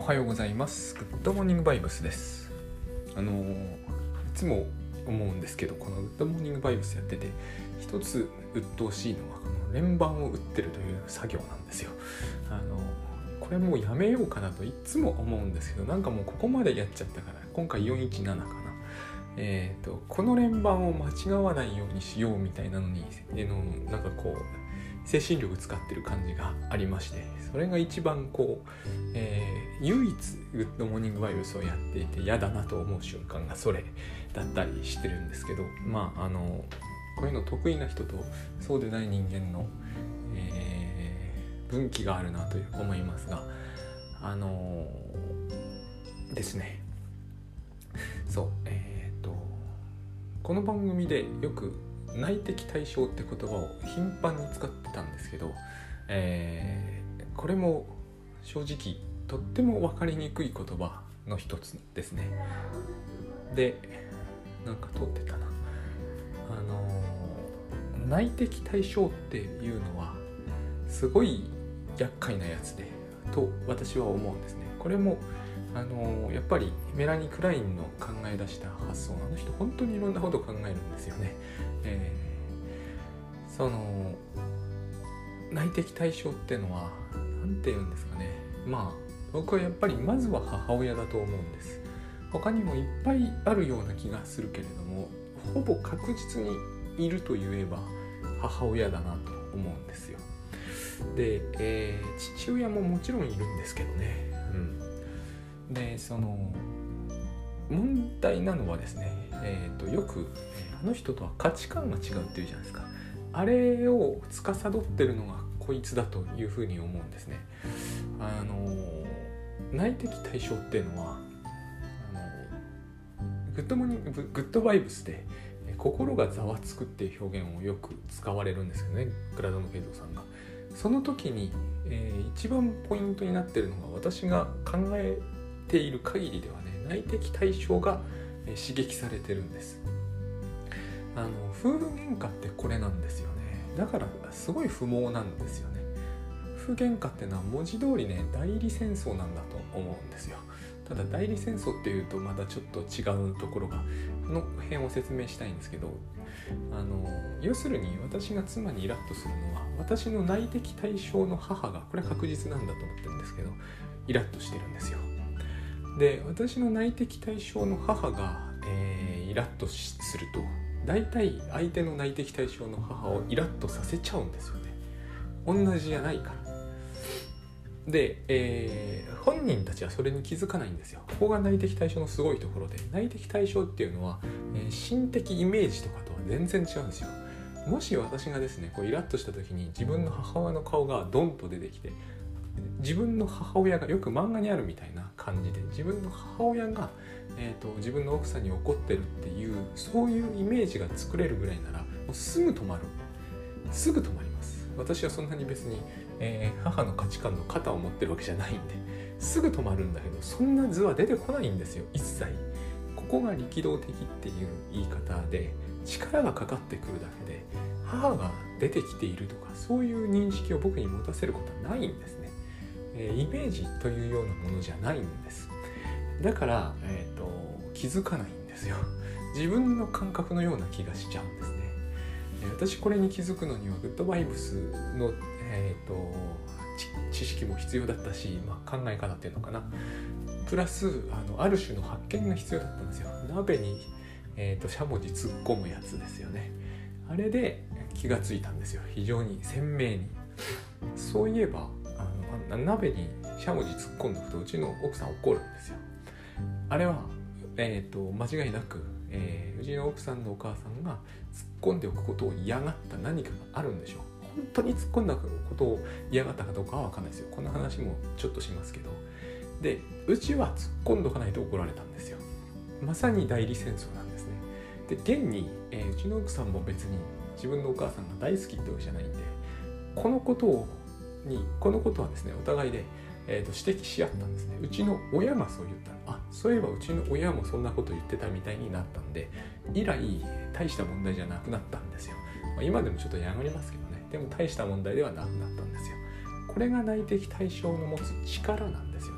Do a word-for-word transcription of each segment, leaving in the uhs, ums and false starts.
はようございます。グッドモーニングバイブスです。あのー、いつも思うんですけど、このグッドモーニングバイブスやってて一つ鬱陶しいのはこの連番を打ってるという作業なんですよ。あのー、これもうやめようかなといつも思うんですけど、なんかもうここまでやっちゃったから、今回よんいちななかな、えーとこの連番を間違わないようにしようみたいなのに、えのなんかこう精神力使ってる感じがありまして、それが一番こう、えー、唯一グッドモーニングバイブスをやっていて嫌だなと思う瞬間がそれだったりしてるんですけど、まああのこういうの得意な人とそうでない人間の、えー、分岐があるなと思いますが、あのー、ですねそうえっ、ー、とこの番組でよく内的対象って言葉を頻繁に使ってたんですけど、えー、これも正直とっても分かりにくい言葉の一つですね。で、なんか通ってたな。あのー、内的対象っていうのはすごい厄介なやつでと私は思うんですね。これもあのー、やっぱりメラニー・クラインの考え出した発想なの人本当にいろんなことを考えるんですよね。えー、その内的対象っていうのはなんて言うんですかね。まあ僕はやっぱりまずは母親だと思うんです。他にもいっぱいあるような気がするけれども、ほぼ確実にいると言えば母親だなと思うんですよ。で、えー、父親ももちろんいるんですけどね。うん、でその問題なのはですね、えー、とよく、えー、あの人とは価値観が違うっていうじゃないですか。あれを司ってるのがこいつだというふうに思うんですね。あの内的対象っていうのはあのグッドモーニンググッドバイブスで心がざわつくっていう表現をよく使われるんですけどね、グラドノ・ケイゾーさんが。その時に、えー、一番ポイントになっているのが、私が考えている限りではね、内的対象が、えー、刺激されてるんです。あの夫婦喧嘩ってこれなんですよね。だからすごい不毛なんですよね。夫婦喧嘩っていうのは文字通りね、代理戦争なんだと思うんですよ。ただ代理戦争っていうとまたちょっと違うところが、この辺を説明したいんですけど、あの要するに私が妻にイラッとするのは、私の内的対象の母が、これは確実なんだと思ってるんですけど、イラッとしてるんですよ。で、私の内的対象の母が、えー、イラッとすると、大体相手の内的対象の母をイラッとさせちゃうんですよね。同じじゃないから。で、えー、本人たちはそれに気づかないんですよ。ここが内的対象のすごいところで、内的対象っていうのは、えー、心的イメージとかとは全然違うんですよ。もし私がですね、こうイラッとした時に自分の母親の顔がドンと出てきて、自分の母親がよく漫画にあるみたいな感じで、自分の母親が、えーと、自分の奥さんに怒ってるっていう、そういうイメージが作れるぐらいなら、もうすぐ止まる。すぐ止まります。私はそんなに別に、えー、母の価値観の肩を持ってるわけじゃないんで、すぐ止まるんだけど、そんな図は出てこないんですよ、一切。ここが力道的っていう言い方で、力がかかってくるだけで、母が出てきているとか、そういう認識を僕に持たせることはないんですね。えー、イメージというようなものじゃないんです。だから、えーと、気づかないんですよ。自分の感覚のような気がしちゃうんですね。えー、私これに気づくのにはグッドバイブスの、えーと、知識も必要だったし、まあ、考え方っていうのかな、プラス あの、ある種の発見が必要だったんですよ。鍋に、えーと、しゃもじ突っ込むやつですよね。あれで気がついたんですよ。非常に鮮明に。そういえばあの鍋にしゃもじ突っ込んでおくと、うちの奥さん怒るんですよ。あれは、えーと、間違いなく、えー、うちの奥さんのお母さんが突っ込んでおくことを嫌がった何かがあるんでしょう。本当に突っ込んだことを嫌がったかどうかは分かんないですよ。この話もちょっとしますけど。で、うちは突っ込んどかないと怒られたんですよ。まさに代理戦争なんですね。で、現に、えー、うちの奥さんも別に自分のお母さんが大好きってわけじゃないんで、このことをにこのことはですね、お互いで、えー、と指摘し合ったんですね。うちの親がそう言ったら、あ、そういえばうちの親もそんなこと言ってたみたいになったんで、以来大した問題じゃなくなったんですよ。まあ、今でもちょっとやがりますけどね。でも大した問題ではなくなったんですよ。これが内的対象の持つ力なんですよね。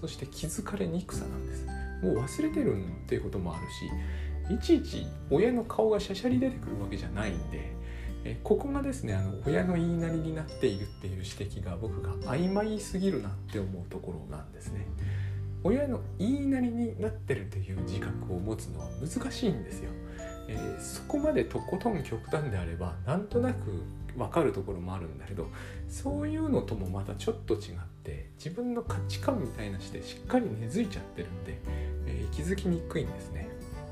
そして気づかれにくさなんです。もう忘れてるっていうこともあるし、いちいち親の顔がしゃしゃり出てくるわけじゃないんで、えここがですね、あの親の言いなりになっているっていう指摘が僕が曖昧すぎるなって思うところなんですね。親の言いなりになってるという自覚を持つのは難しいんですよ。えー、そこまでとことん極端であればなんとなく分かるところもあるんだけど、そういうのともまたちょっと違って自分の価値観みたいなしてしっかり根付いちゃってるんで、えー、気づきにくいんですね。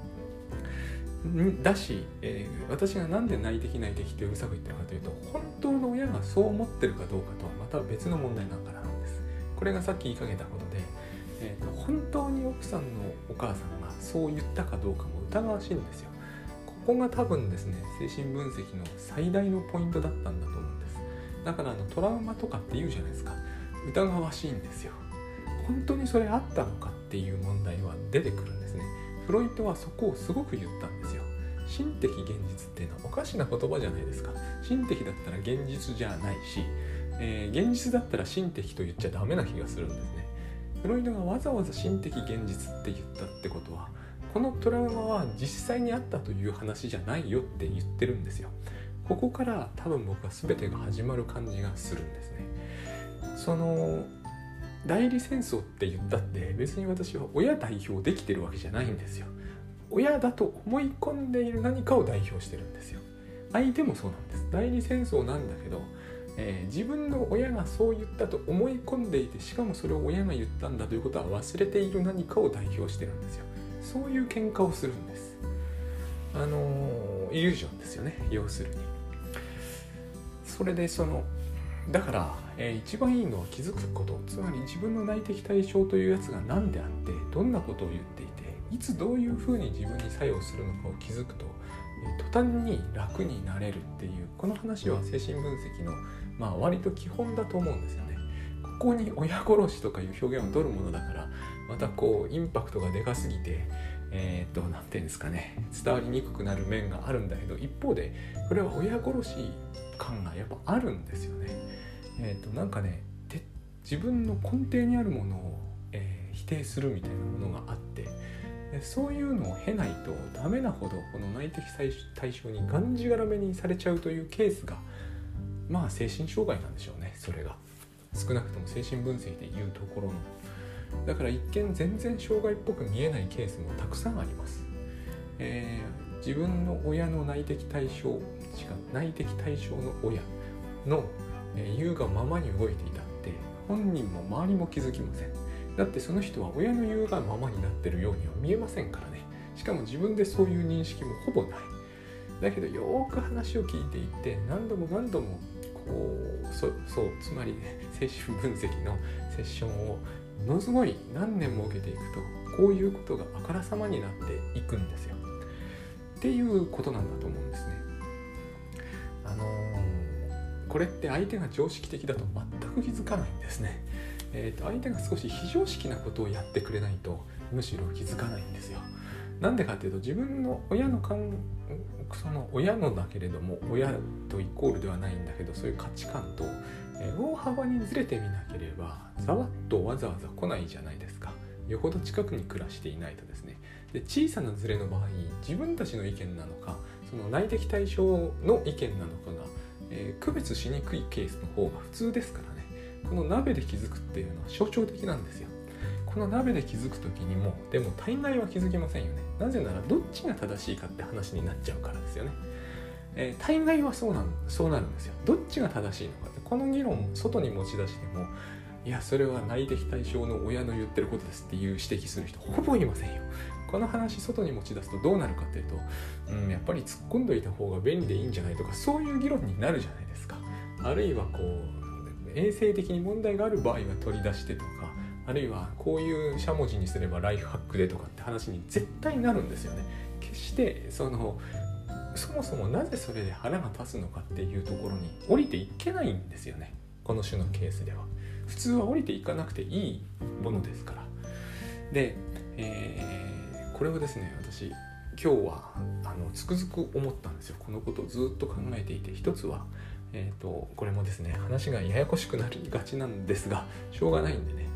だし、えー、私がなんで内的内的ってうるさく言ってるかというと、本当の親がそう思ってるかどうかとはまた別の問題だからなんです。これがさっき言いかけたことで、えー、と本当に奥さんのお母さんがそう言ったかどうかも疑わしいんですよ。ここが多分ですね、精神分析の最大のポイントだったんだと思うんです。だからあのトラウマとかって言うじゃないですか。疑わしいんですよ。本当にそれあったのかっていう問題は出てくるんですね。フロイトはそこをすごく言ったんですよ。心的現実っていうのはおかしな言葉じゃないですか。心的だったら現実じゃないし、えー、現実だったら心的と言っちゃダメな気がするんですね。フロイトがわざわざ心的現実って言ったってことは、このトラウマは実際にあったという話じゃないよって言ってるんですよ。ここから多分僕は全てが始まる感じがするんですね。その代理戦争って言ったって別に私は親代表できてるわけじゃないんですよ。親だと思い込んでいる何かを代表してるんですよ。相手もそうなんです。代理戦争なんだけど、えー、自分の親がそう言ったと思い込んでいて、しかもそれを親が言ったんだということは忘れている何かを代表してるんですよ。そういう喧嘩をするんです。あのー、イリュージョンですよね、要するに。それでそのだから、えー、一番いいのは気づくこと、つまり自分の内的対象というやつが何であってどんなことを言っていて、いつどういうふうに自分に作用するのかを気づくと、えー、途端に楽になれるっていう、この話は精神分析の、まあ、割と基本だと思うんですよね。ここに親殺しとかいう表現を取るものだから、またこうインパクトがでかすぎて、えー、っとなんていうんですかね、伝わりにくくなる面があるんだけど、一方でこれは親殺し感がやっぱあるんですよね。えー、っとなんかね、自分の根底にあるものを、えー、否定するみたいなものがあって、そういうのを経ないとダメなほどこの内的対象にがんじがらめにされちゃうというケースが、まあ精神障害なんでしょうね。それが少なくとも精神分析でいうところの、だから一見全然障害っぽく見えないケースもたくさんあります。えー、自分の親の内的対象、違う内的対象の親の、えー、言うがままに動いていたって本人も周りも気づきません。だってその人は親の言うがままになってるようには見えませんからね。しかも自分でそういう認識もほぼない。だけどよーく話を聞いていって何度も何度もこう そ, そうつまり、ね、精神分析のセッションをものすごい何年も受けていくと、こういうことがあからさまになっていくんですよっていうことなんだと思うんですね。あのー、これって相手が常識的だと全く気づかないんですね。えーと、相手が少し非常識なことをやってくれないとむしろ気づかないんですよ。なんでかっていうと、自分の親の感その親のだけれども親とイコールではないんだけど、そういう価値観と大幅にずれてみなければざわっとわざわざ来ないじゃないですか。よほど近くに暮らしていないとですね。で、小さなずれの場合、自分たちの意見なのかその内的対象の意見なのかが、えー、区別しにくいケースの方が普通ですからね。この鍋で気づくっていうのは象徴的なんですよ。この鍋で気づくときにもでも大概は気づきませんよね。なぜならどっちが正しいかって話になっちゃうからですよね。えー、大概はそうなんそうなるんですよ。どっちが正しいのかって、この議論を外に持ち出しても、いやそれは内的対象の親の言ってることですっていう指摘する人ほぼいませんよ。この話外に持ち出すとどうなるかっていうと、うん、やっぱり突っ込んどいた方が便利でいいんじゃないとか、そういう議論になるじゃないですか。あるいはこう衛生的に問題がある場合は取り出してとか、あるいはこういうしゃもじにすればライフハックでとかって話に絶対なるんですよね。決してそのそもそもなぜそれで腹が立つのかっていうところに降りていけないんですよね。この種のケースでは普通は降りていかなくていいものですから。で、えー、これをですね、私今日はあのつくづく思ったんですよ。このことをずっと考えていて、一つはえーとこれもですね、話がややこしくなりがちなんですがしょうがないんでね、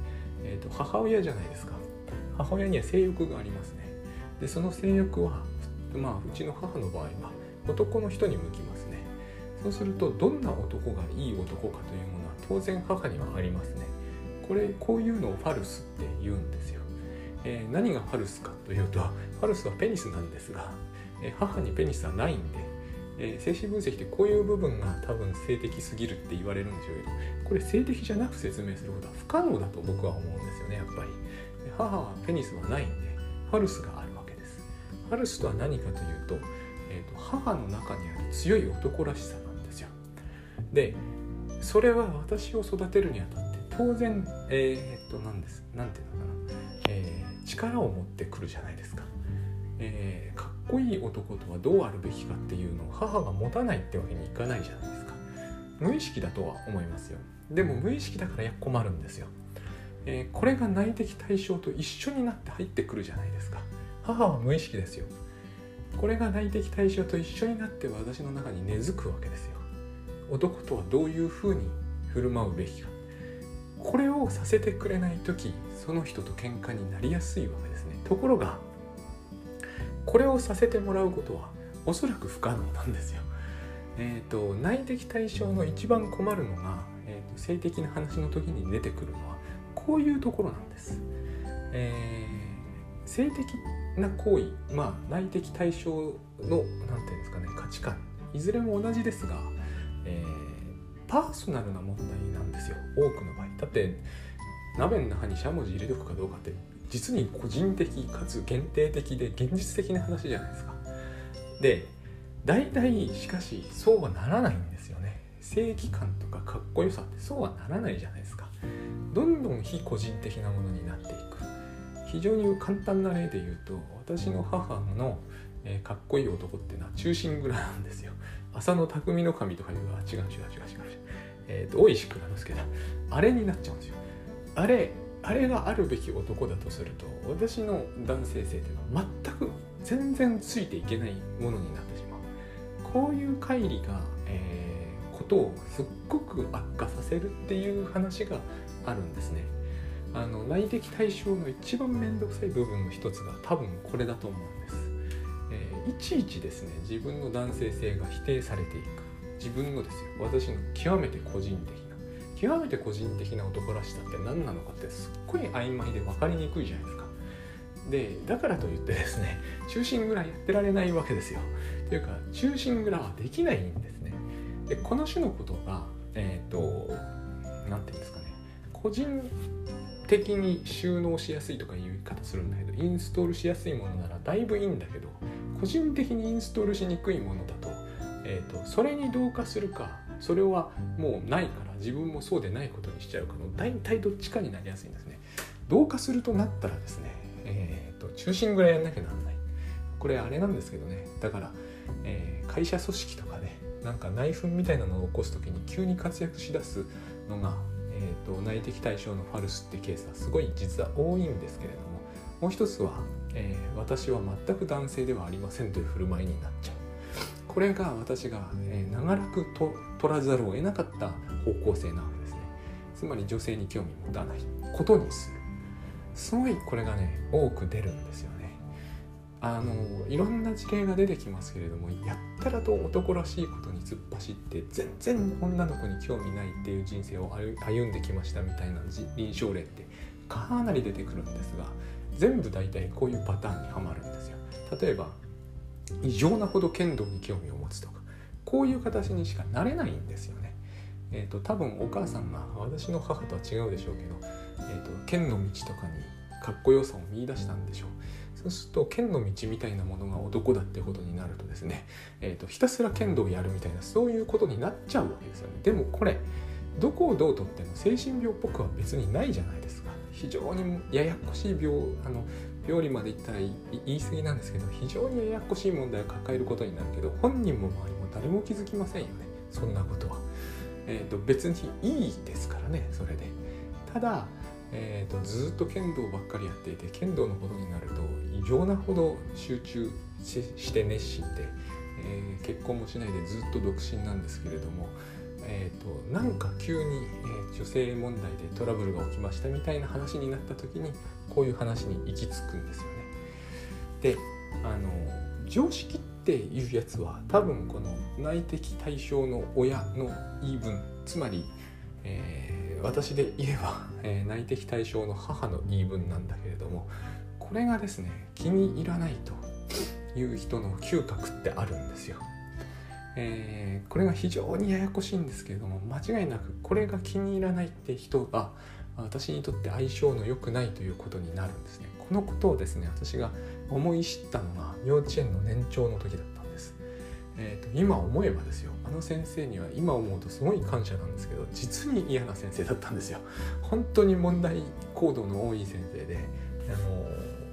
えー、と母親じゃないですか。母親には性欲がありますね。でその性欲は、まあ、うちの母の場合は男の人に向きますね。そうするとどんな男がいい男かというものは当然母にはありますね。これこういうのをファルスって言うんですよ。えー、何がファルスかというと、ファルスはペニスなんですが、えー、母にペニスはないんで、えー、精神分析でこういう部分が多分性的すぎるって言われるんでしょうけど、これ性的じゃなく説明することは不可能だと僕は思うんですよね。やっぱり母はペニスはないんでファルスがあるわけです。ファルスとは何かというと、えーと母の中にある強い男らしさなんですよ。でそれは私を育てるにあたって当然えー、っと何ですなんていうのかな、えー、力を持ってくるじゃないですか。えー、かっこいい男とはどうあるべきかっていうのを母が持たないってわけにいかないじゃないですか。無意識だとは思いますよ。でも無意識だから困るんですよ。えー、これが内的対象と一緒になって入ってくるじゃないですか。母は無意識ですよ。これが内的対象と一緒になって私の中に根付くわけですよ。男とはどういうふうに振る舞うべきか。これをさせてくれないとき、その人と喧嘩になりやすいわけですね。ところがこれをさせてもらうことはおそらく不可能なんですよ。えーと、内的対象の一番困るのが、えーと、性的な話の時に出てくるのはこういうところなんです。えー、性的な行為、まあ内的対象のなんていうんですかね、価値観いずれも同じですが、えー、パーソナルな問題なんですよ。多くの場合だって鍋の中にしゃもじ入れとくかどうかって実に個人的かつ限定的で現実的な話じゃないですか。で大体しかしそうはならないんですよね。正義感とかかっこよさってそうはならないじゃないですか。どんどん非個人的なものになっていく。非常に簡単な例で言うと、私の母の、えー、かっこいい男っていうのは忠臣蔵なんですよ。浅野匠の神とかいうのは違う違う違う違う違う、えー、と大石蔵之介だ、あれになっちゃうんですよ。あれあれがあるべき男だとすると、私の男性性っていうのは全く全然ついていけないものになってしまう。こういう乖離が、えー、ことをすっごく悪化させるっていう話があるんですね。あの内的対象の一番面倒くさい部分の一つが多分これだと思うんです。えー、いちいちですね、自分の男性性が否定されていく。自分のですよ、私の極めて個人的な極めて個人的な男らしさって何なのかってすっごい曖昧で分かりにくいじゃないですか。でだからといってですね、忠臣蔵やってられないわけですよ。というか忠臣蔵はできないんですね。でこの種のことがえっ、ー、となんていうんですかね、個人的に収納しやすいとかいう言い方するんだけど、インストールしやすいものならだいぶいいんだけど、個人的にインストールしにくいものだと、えーと、それに同化するか、それはもうないから自分もそうでないことにしちゃうかの大体どっちかになりやすいんですね。同化するとなったらですね、えーと、忠臣蔵やんなきゃならない。これあれなんですけどね、だから、えー、会社組織とかね、なんか内紛みたいなのを起こすときに急に活躍しだすのが、えーと、内的対象のファルスってケースはすごい実は多いんですけれども、もう一つは、えー、私は全く男性ではありませんという振る舞いになっちゃう。これが私が、えー、長らくと取らざるを得なかった方向性なわけですね。つまり女性に興味持たないことにする。すごいこれがね多く出るんですよね。あのいろんな事例が出てきますけれども、やったらと男らしいことに突っ走って全然女の子に興味ないっていう人生を歩んできましたみたいな臨床例ってかなり出てくるんですが、全部大体こういうパターンにはまるんですよ。例えば異常なほど剣道に興味を持つとか、こういう形にしかなれないんですよね。えーと、多分お母さんが私の母とは違うでしょうけど、えーと、剣の道とかにかっこよさを見出したんでしょう。そうすると剣の道みたいなものが男だってことになるとですね、えーと、ひたすら剣道をやるみたいなそういうことになっちゃうわけですよね。でもこれどこをどうとっても精神病っぽくは別にないじゃないですか。非常にややこしい病あの病理まで言ったら言い過ぎなんですけど、非常にややこしい問題を抱えることになるけど、本人も周りも誰も気づきませんよね、そんなことは。えーと、別にいいですからね、それで。ただ、えーと、ずっと剣道ばっかりやっていて、剣道のことになると異常なほど集中 し, して熱心で、えー、結婚もしないでずっと独身なんですけれども、えーと、なんか急に、えー、 女性問題でトラブルが起きましたみたいな話になった時にこういう話に行き着くんですよね。で、あの常識っていうやつは多分この内的対象の親の言い分、つまり、えー、私で言えば、えー、内的対象の母の言い分なんだけれども、これがですね気に入らないという人の嗅覚ってあるんですよ。えー、これが非常にややこしいんですけれども、間違いなくこれが気に入らないって人が私にとって相性の良くないということになるんですね。このことをですね私が思い知ったのが幼稚園の年長の時だったんです。えーと、今思えばですよ、あの先生には今思うとすごい感謝なんですけど、実に嫌な先生だったんですよ。本当に問題行動の多い先生で、あの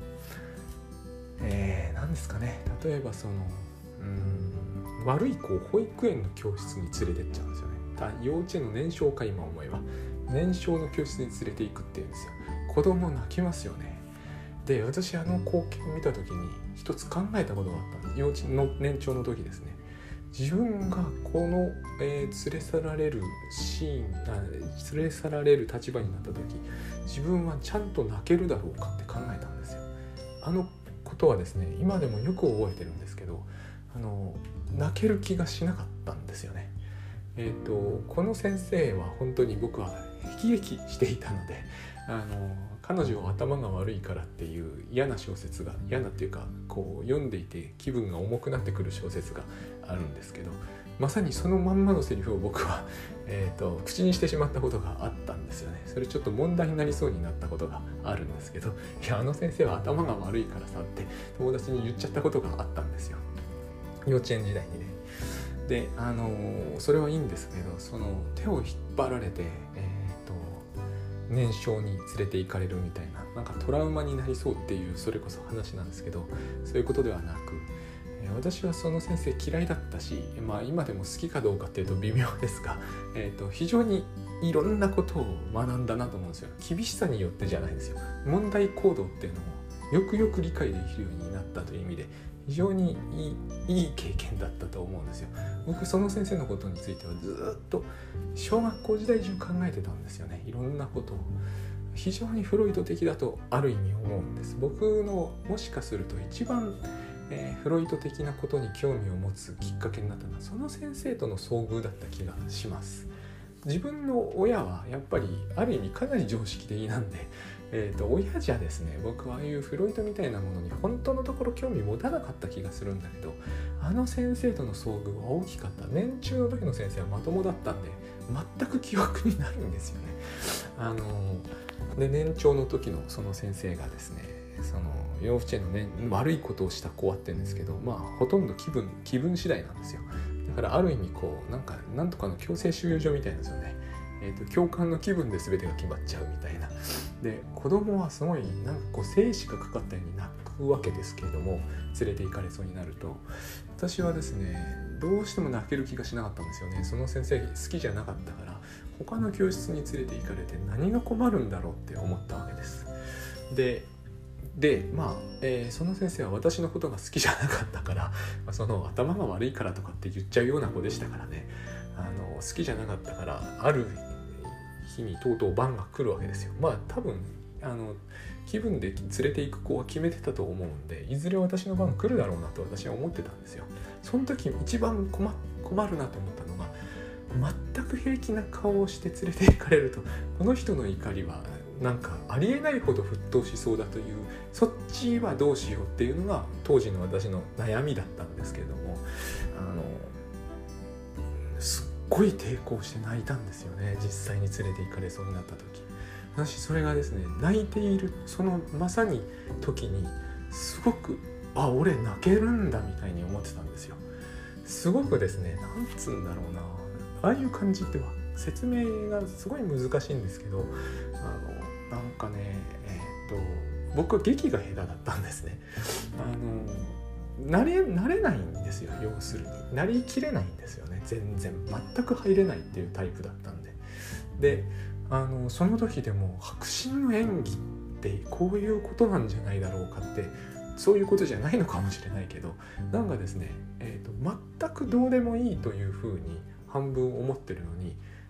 えー、何ですかね、例えばそのうーん悪い子を保育園の教室に連れてっちゃうんですよね。幼稚園の年少か今思えば年少の教室に連れて行くっていうんですよ。子供泣きますよね。で、私あの光景を見た時に一つ考えたことがあったんです。幼稚園の年長の時ですね、自分がこの、えー、連れ去られるシーンあ連れ去られる立場になった時、自分はちゃんと泣けるだろうかって考えたんですよ。あのことはですね今でもよく覚えてるんですけど、あの泣ける気がしなかったんですよね。えーと、この先生は本当に僕は辟易していたので、あの彼女は頭が悪いからっていう嫌な小説が嫌なっていうかこう読んでいて気分が重くなってくる小説があるんですけど、まさにそのまんまのセリフを僕は、えーと、口にしてしまったことがあったんですよね。それちょっと問題になりそうになったことがあるんですけど、いやあの先生は頭が悪いからさって友達に言っちゃったことがあったんですよ、幼稚園時代にね。で、あのー、それはいいんですけど、その手を引っ張られて、えーと、年少に連れて行かれるみたいな、なんかトラウマになりそうっていうそれこそ話なんですけど、そういうことではなく、えー、私はその先生嫌いだったし、まあ今でも好きかどうかっていうと微妙ですが、えーと、非常にいろんなことを学んだなと思うんですよ。厳しさによってじゃないんですよ。問題行動っていうのをよくよく理解できるようになったという意味で非常にいい、いい経験だったと思うんですよ。僕その先生のことについてはずっと小学校時代中考えてたんですよね。いろんなことを非常にフロイト的だとある意味思うんです。僕のもしかすると一番、えー、フロイト的なことに興味を持つきっかけになったのはその先生との遭遇だった気がします。自分の親はやっぱりある意味かなり常識的なんで、えーと、親じゃですね、僕はああいうフロイトみたいなものに本当のところ興味持たなかった気がするんだけど、あの先生との遭遇は大きかった。年中の時の先生はまともだったんで全く記憶にないんですよね。あので年長の時のその先生がですね、その幼稚園の、ね、悪いことをした子はって言うんですけど、まあほとんど気分気分次第なんですよ。だからある意味こうなんかなんとかの強制収容所みたいなんですよね。えーと、共感の気分で全てが決まっちゃうみたいな。で子供はすごいなんかこう生死がかかったように泣くわけですけれども、連れて行かれそうになると私はですねどうしても泣ける気がしなかったんですよね。その先生好きじゃなかったから他の教室に連れて行かれて何が困るんだろうって思ったわけです。ででまあ、えー、その先生は私のことが好きじゃなかったから、まあ、その頭が悪いからとかって言っちゃうような子でしたからね、あの好きじゃなかったからある日にとうとう番が来るわけですよ。まあ多分あの気分で連れて行く子は決めてたと思うんで、いずれ私の番来るだろうなと私は思ってたんですよ。その時一番 困, 困るなと思ったのが、全く平気な顔をして連れて行かれるとこの人の怒りはなんかありえないほど沸騰しそうだという、そっちはどうしようっていうのが当時の私の悩みだったんですけれども、あのすっごい抵抗して泣いたんですよね。実際に連れて行かれそうになった時、私それがですね泣いているそのまさに時にすごくあ俺泣けるんだみたいに思ってたんですよ。すごくですねなんつうんだろうな、ああいう感じっては説明がすごい難しいんですけど、あのなんかねえー、っと僕は劇が下手だったんですね。あの慣れ慣れないんですよ。要するになりきれないんですよね。全然全く入れないっていうタイプだったんで、であのその時でも迫真の演技ってこういうことなんじゃないだろうかって、そういうことじゃないのかもしれないけど、なんかですね、えー、と全くどうでもいいというふうに半分思ってるのに、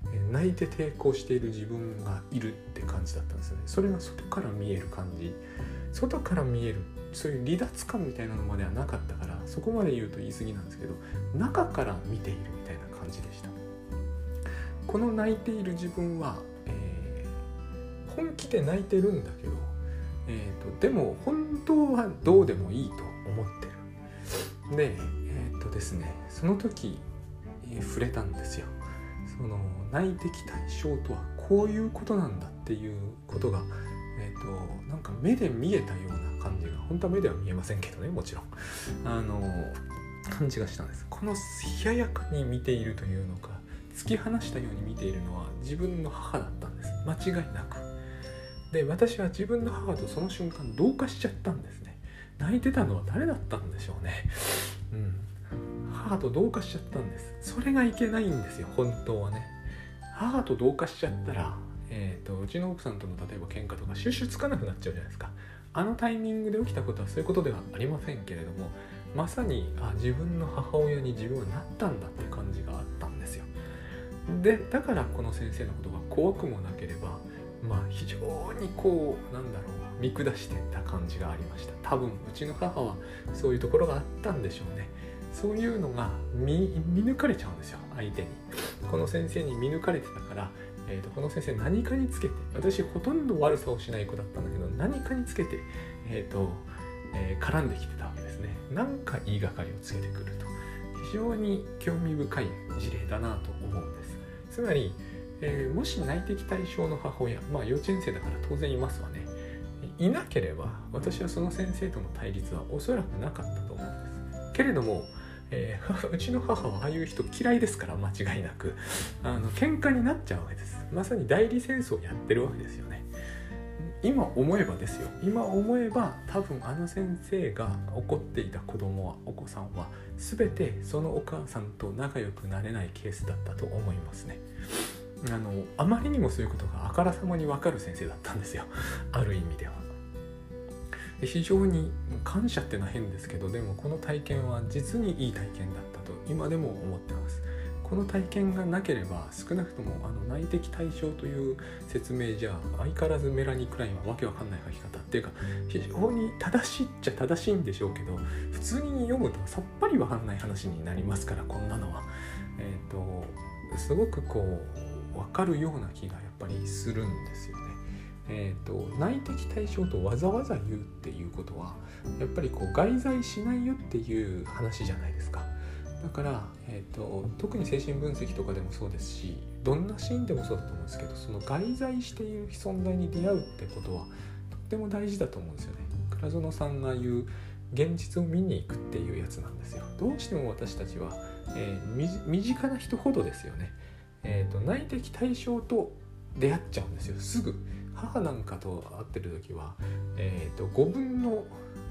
泣いて抵抗している自分がいるって感じだったんですよね。それが外から見える感じ、外から見えるそういう離脱感みたいなのまではなかったから、そこまで言うと言い過ぎなんですけど、中から見ているみたいな感じでした。この泣いている自分は、えー、本気で泣いてるんだけど、えーと、でも本当はどうでもいいと思ってる。で、えーとですね、その時、えー、触れたんですよ。その内的対象とはこういうことなんだっていうことが、えーと、なんか目で見えたような感じが、本当は目では見えませんけどね、もちろんあの感じがしたんです。この冷ややかに見ているというのか、突き放したように見ているのは自分の母だったんです、間違いなく。で、私は自分の母とその瞬間同化しちゃったんですね。泣いてたのは誰だったんでしょうね。うん、母と同化しちゃったんです。それがいけないんですよ、本当はね。母と同化しちゃったら、えーと、うちの奥さんとの例えば喧嘩とか収拾つかなくなっちゃうじゃないですか。あのタイミングで起きたことはそういうことではありませんけれども、まさにあ自分の母親に自分はなったんだって感じがあったんですよ。で、だからこの先生のことが怖くもなければ、まあ非常にこうなんだろう、見下してた感じがありました。多分うちの母はそういうところがあったんでしょうね。そういうのが 見, 見抜かれちゃうんですよ、相手に。この先生に見抜かれてたから、えーと、この先生何かにつけて、私ほとんど悪さをしない子だったんだけど、何かにつけて、えーとえー、絡んできてたわけですね。なんか言いがかりをつけてくると、非常に興味深い事例だなと思うんです。つまり、えー、もし内的対象の母親、まあ幼稚園生だから当然いますわね、いなければ私はその先生との対立はおそらくなかったと思うんですけれども、えー、うちの母はああいう人嫌いですから、間違いなくあの喧嘩になっちゃうわけです。まさに代理戦争をやってるわけですよね。今思えばですよ、今思えば多分あの先生が怒っていた子供は、お子さんは全てそのお母さんと仲良くなれないケースだったと思いますね。あのあまりにもそういうことがあからさまに分かる先生だったんですよ、ある意味では。で、非常に感謝ってのは変ですけど、でもこの体験は実にいい体験だったと今でも思ってます。この体験がなければ、少なくともあの内的対象という説明じゃ相変わらずメラニー・クラインはわけわかんない書き方っていうか、非常に正しいっちゃ正しいんでしょうけど、普通に読むとさっぱりわかんない話になりますから、こんなのはえっとすごくこうわかるような気がやっぱりするんですよね。えーと、内的対象とわざわざ言うっていうことは、やっぱりこう外在しないよっていう話じゃないですか。だから、えーと、特に精神分析とかでもそうですし、どんなシーンでもそうだと思うんですけど、その外在している存在に出会うってことはとっても大事だと思うんですよね。倉園さんが言う現実を見に行くっていうやつなんですよ。どうしても私たちは、えー、身近な人ほどですよね、えーと、内的対象と出会っちゃうんですよ、すぐ。母なんかと会ってる時は、えーと、ごぶんの違う、も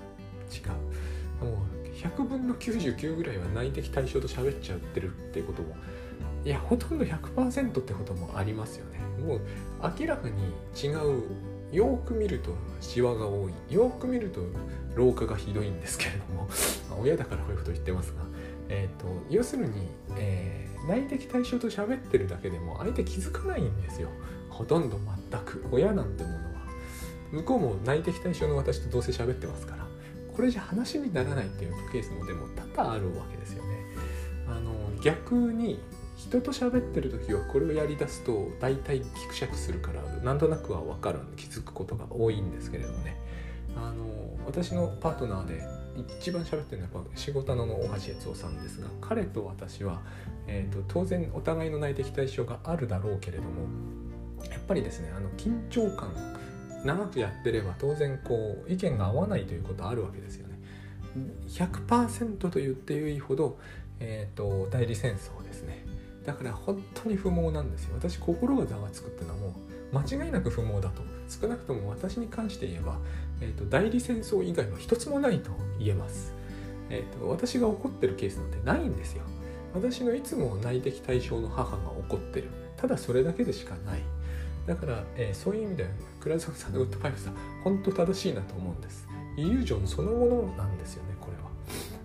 うひゃくぶんのきゅうじゅうきゅうぐらいは内的対象と喋っちゃってるっていうことも、いやほとんど ひゃくパーセント ってこともありますよね。もう明らかに違う。よく見るとシワが多い、よく見ると老化がひどいんですけれども親だからこういうこと言ってますが、えーと、要するに、えー、内的対象と喋ってるだけでも相手気づかないんですよ、ほとんど。全く親なんてものは、向こうも内的対象の私とどうせ喋ってますから、これじゃ話にならないっていうケースもでも多々あるわけですよね。あの逆に人と喋ってる時はこれをやりだすと大体ギクシャクするから、なんとなくは分かるんで気づくことが多いんですけれどもね。あの私のパートナーで一番喋ってるのはやっぱ仕事の大橋悦夫さんですが、彼と私は、えーと、当然お互いの内的対象があるだろうけれども、やっぱりですね、あの緊張感長くやってれば当然こう意見が合わないということあるわけですよね。 ひゃくパーセント と言っていいほど、えーと、代理戦争ですね。だから本当に不毛なんですよ。私心がざわつくっていうのはもう間違いなく不毛だと、少なくとも私に関して言えば、えーと、代理戦争以外は一つもないと言えます。えーと、私が怒ってるケースなんてないんですよ。私のいつも内的対象の母が怒ってる、ただそれだけでしかない。だから、えー、そういう意味では倉園さんのウッドファイブさん本当正しいなと思うんです。イリュージョンそのものなんですよね、これは。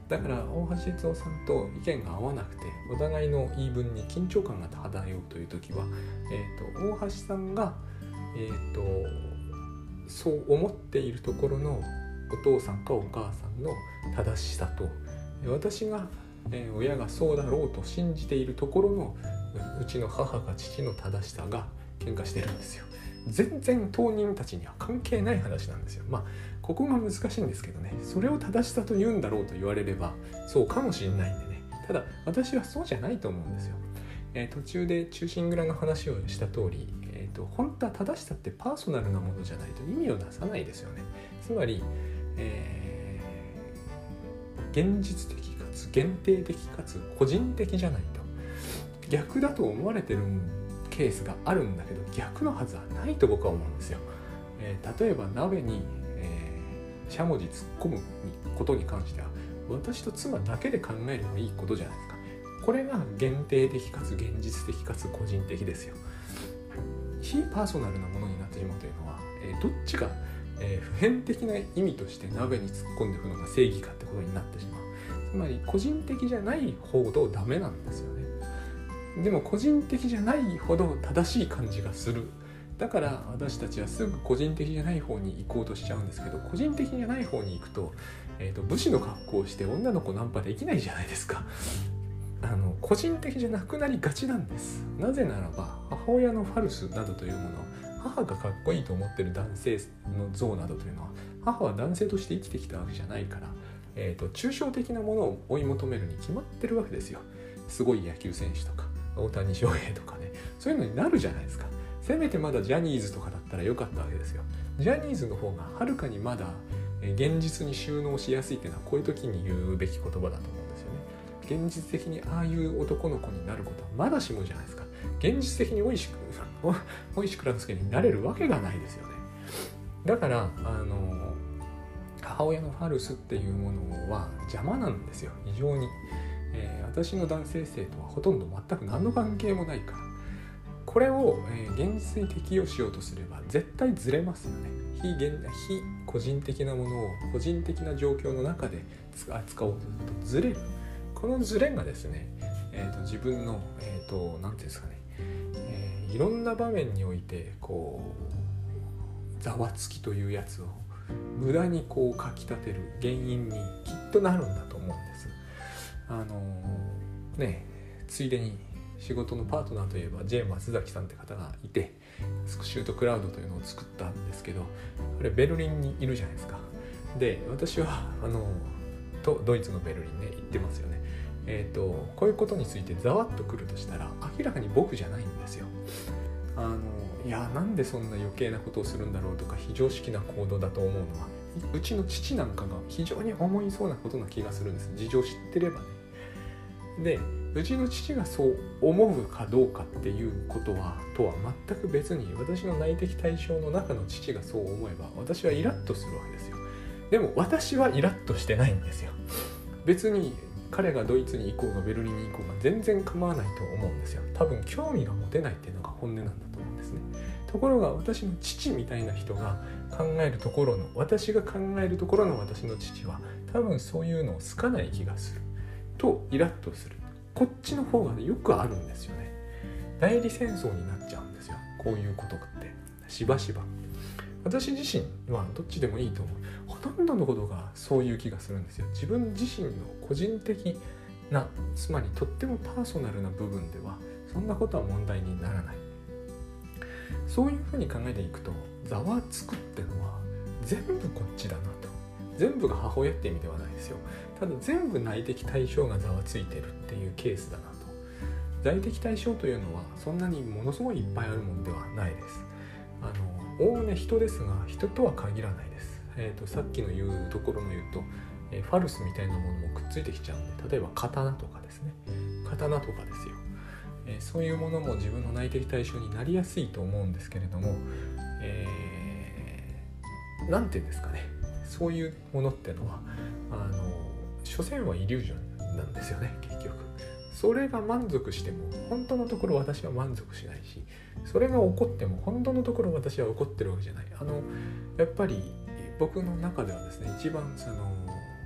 だから大橋悦夫さんと意見が合わなくてお互いの言い分に緊張感が漂うという時は、えー、と大橋さんが、えー、とそう思っているところのお父さんかお母さんの正しさと、私が、えー、親がそうだろうと信じているところのうちの母か父の正しさが喧嘩してるんですよ。全然当人たちには関係ない話なんですよ。まあここが難しいんですけどね、それを正しさと言うんだろうと言われればそうかもしれないんでね。ただ私はそうじゃないと思うんですよ。えー、途中で忠臣蔵の話をした通り、えーと、本当は正しさってパーソナルなものじゃないと意味を出さないですよね。つまり、えー、現実的かつ限定的かつ個人的じゃないと、逆だと思われてるケースがあるんだけど逆のはずはないと僕は思うんですよ。えー、例えば鍋に、えー、しゃもじ突っ込むことに関しては私と妻だけで考えればいいことじゃないですか。これが限定的かつ現実的かつ個人的ですよ。非パーソナルなものになってしまうというのは、えー、どっちが、えー、普遍的な意味として鍋に突っ込んでいくのが正義かってことになってしまう。つまり個人的じゃないほどダメなんですよね。でも個人的じゃないほど正しい感じがする。だから私たちはすぐ個人的じゃない方に行こうとしちゃうんですけど、個人的じゃない方に行くと、えーと、武士の格好をして女の子ナンパできないじゃないですか。あの個人的じゃなくなりがちなんです。なぜならば母親のファルスなどというもの、母がかっこいいと思ってる男性の像などというのは母は男性として生きてきたわけじゃないから、えーと、抽象的なものを追い求めるに決まってるわけですよ。すごい野球選手とか大谷翔平とかね、そういうのになるじゃないですか。せめてまだジャニーズとかだったらよかったわけですよ。ジャニーズの方がはるかにまだ現実に収納しやすいっていうのはこういう時に言うべき言葉だと思うんですよね。現実的にああいう男の子になることはまだしもじゃないですか。現実的においしくおいしくらすけになれるわけがないですよね。だからあの母親のファルスっていうものは邪魔なんですよ、非常に。えー、私の男性性とはほとんど全く何の関係もないから、これを、えー、現実に適用しようとすれば絶対ずれますよね。非現非個人的なものを個人的な状況の中で扱おうとするとずれる。このずれがですね、えー、と自分の、えー、となんていうんですかね、えー、いろんな場面においてこうざわつきというやつを無駄にこうかき立てる原因にきっとなるんだと思うんです。あのー、ねついでに仕事のパートナーといえば J 松崎さんって方がいて、スクシュートクラウドというのを作ったんですけど、これベルリンにいるじゃないですか。で私はあのとドイツのベルリンね行ってますよね。えーとこういうことについてざわっとくるとしたら明らかに僕じゃないんですよ。あのいやなんでそんな余計なことをするんだろうとか非常識な行動だと思うのはうちの父なんかが非常に思いそうなことな気がするんです。事情知ってればね。でうちの父がそう思うかどうかっていうことはとは全く別に、私の内的対象の中の父がそう思えば私はイラッとするわけですよ。でも私はイラッとしてないんですよ。別に彼がドイツに行こうがベルリンに行こうが全然構わないと思うんですよ。多分興味が持てないっていうのが本音なんだと思うんですね。ところが私の父みたいな人が考えるところの私が考えるところの私の父は多分そういうのを好かない気がするとイラッとする。こっちの方が、ね、よくあるんですよね。代理戦争になっちゃうんですよ、こういうことってしばしば。私自身はどっちでもいいと思う。ほとんどのことがそういう気がするんですよ。自分自身の個人的な、つまりとってもパーソナルな部分ではそんなことは問題にならない。そういうふうに考えていくとざわつくってのは全部こっちだなと。全部が母親って意味ではないですよ。ただ全部内的対象がざわついてるっていうケースだなと。内的対象というのはそんなにものすごいいっぱいあるものではないです。あのおおむね人ですが人とは限らないです。えーと、さっきの言うところの言うと、えー、ファルスみたいなものもくっついてきちゃうんで、例えば刀とかですね、刀とかですよ、えー、そういうものも自分の内的対象になりやすいと思うんですけれども、えー、なんていうんですかね、そういうものってのはあの所詮はイリュージョンなんですよね。結局それが満足しても本当のところ私は満足しないし、それが起こっても本当のところ私は怒ってるわけじゃない。あのやっぱり僕の中ではですね、一番その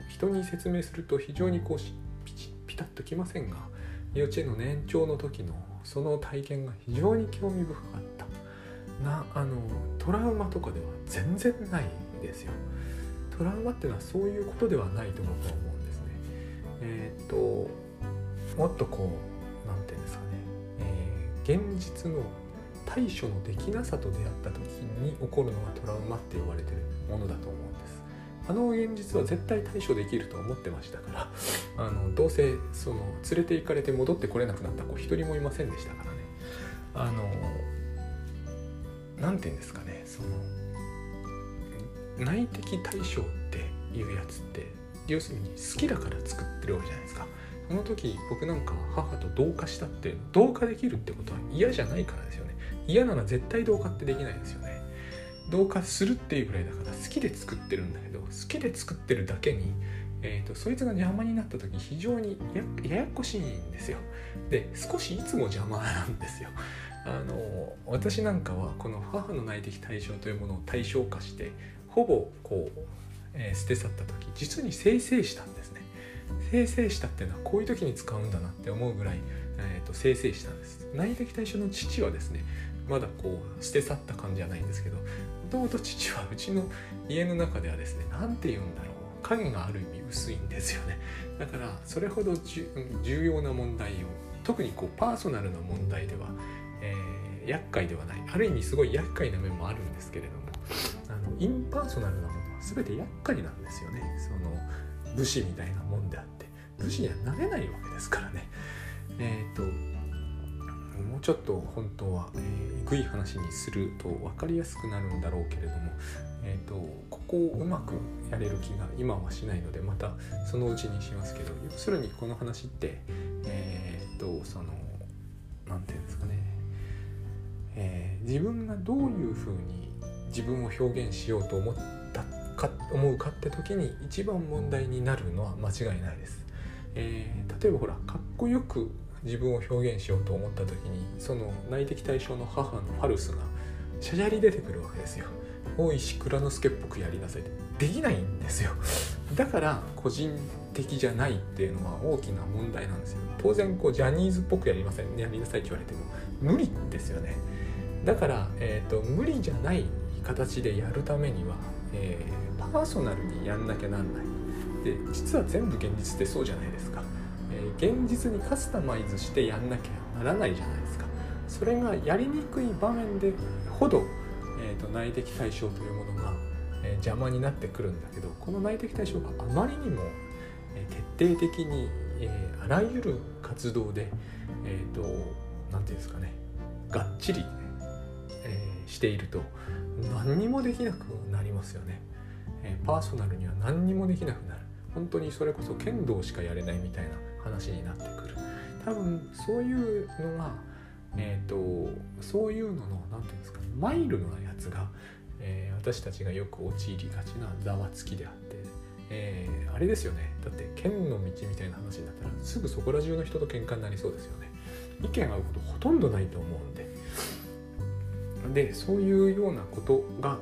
人に説明すると非常にこうピチピタッときませんが、幼稚園の年長の時のその体験が非常に興味深かったな。あのトラウマとかでは全然ないですよ。トラウマっていうのはそういうことではないと僕は思うんですね。えー、っともっとこうなんていうんですかね、えー、現実の対処のできなさと出会った時に起こるのがトラウマって呼ばれているものだと思うんです。あの現実は絶対対処できると思ってましたから、あのどうせその連れて行かれて戻ってこれなくなった子一人もいませんでしたからね。あのなんていうんですかね、その内的対処っていうやつって要するに好きだから作ってるわけじゃないですか。その時僕なんか母と同化したって、同化できるってことは嫌じゃないからですよね。嫌なら絶対同化ってできないですよね。同化するっていうぐらいだから好きで作ってるんだけど、好きで作ってるだけに、えーと、そいつが邪魔になった時非常に や, ややこしいんですよ。で少しいつも邪魔なんですよ。あの私なんかはこの母の内的対象というものを対象化してほぼこう、えー、捨て去った時実に生成したんですね。生成したっていうのはこういう時に使うんだなって思うぐらい、えーと、生成したんです。内的対象の父はですね、まだこう捨て去った感じじゃないんですけど、もともと父はうちの家の中ではですね、なんて言うんだろう、影がある意味薄いんですよね。だからそれほど重要な問題を、特にこうパーソナルな問題では、えー、厄介ではない。ある意味すごい厄介な面もあるんですけれども、あのインパーソナルなものは全て厄介なんですよね。その武士みたいなもんであって、武士にはなれないわけですからね。えっともうちょっと本当は、えー、えぐい話にすると分かりやすくなるんだろうけれども、えーと、ここをうまくやれる気が今はしないので、またそのうちにしますけど、要するにこの話ってえーとそのなんていうんですかね、えー、自分がどういうふうに自分を表現しようと思ったか思うかって時に一番問題になるのは間違いないです。えー、例えばほら、かっこよく自分を表現しようと思った時に、その内的対象の母のファルスがしゃじゃり出てくるわけですよ。大石内蔵助っぽくやりなさいってできないんですよ。だから個人的じゃないっていうのは大きな問題なんですよ。当然こうジャニーズっぽくやりませんね、やりなさいって言われても無理ですよね。だから、えーと、無理じゃない形でやるためには、えー、パーソナルにやんなきゃなんない。で実は全部現実ってそうじゃないですか。えー、現実にカスタマイズしてやんなきゃならないじゃないですか。それがやりにくい場面でほど、えーと、内的対象というものが、えー、邪魔になってくるんだけど、この内的対象があまりにも、えー、徹底的に、えー、あらゆる活動で、えーと、なんていうんですかね、がっちり、えー、していると何にもできなくなりますよね。えー、パーソナルには何にもできなくなる。本当にそれこそ剣道しかやれないみたいな話になってくる。多分そういうのが、えーと、そういうののなんていうんですか、マイルドなやつが、えー、私たちがよく陥りがちなざわつきであって、えー、あれですよね。だって剣の道みたいな話になったらすぐそこら中の人と喧嘩になりそうですよね。意見が合うことほとんどないと思うんで。でそういうようなことが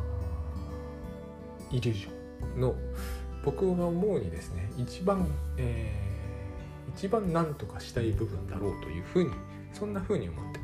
イリュージョンの僕が思うにですね、一番、えー、一番何とかしたい部分だろうというふうに、そんなふうに思って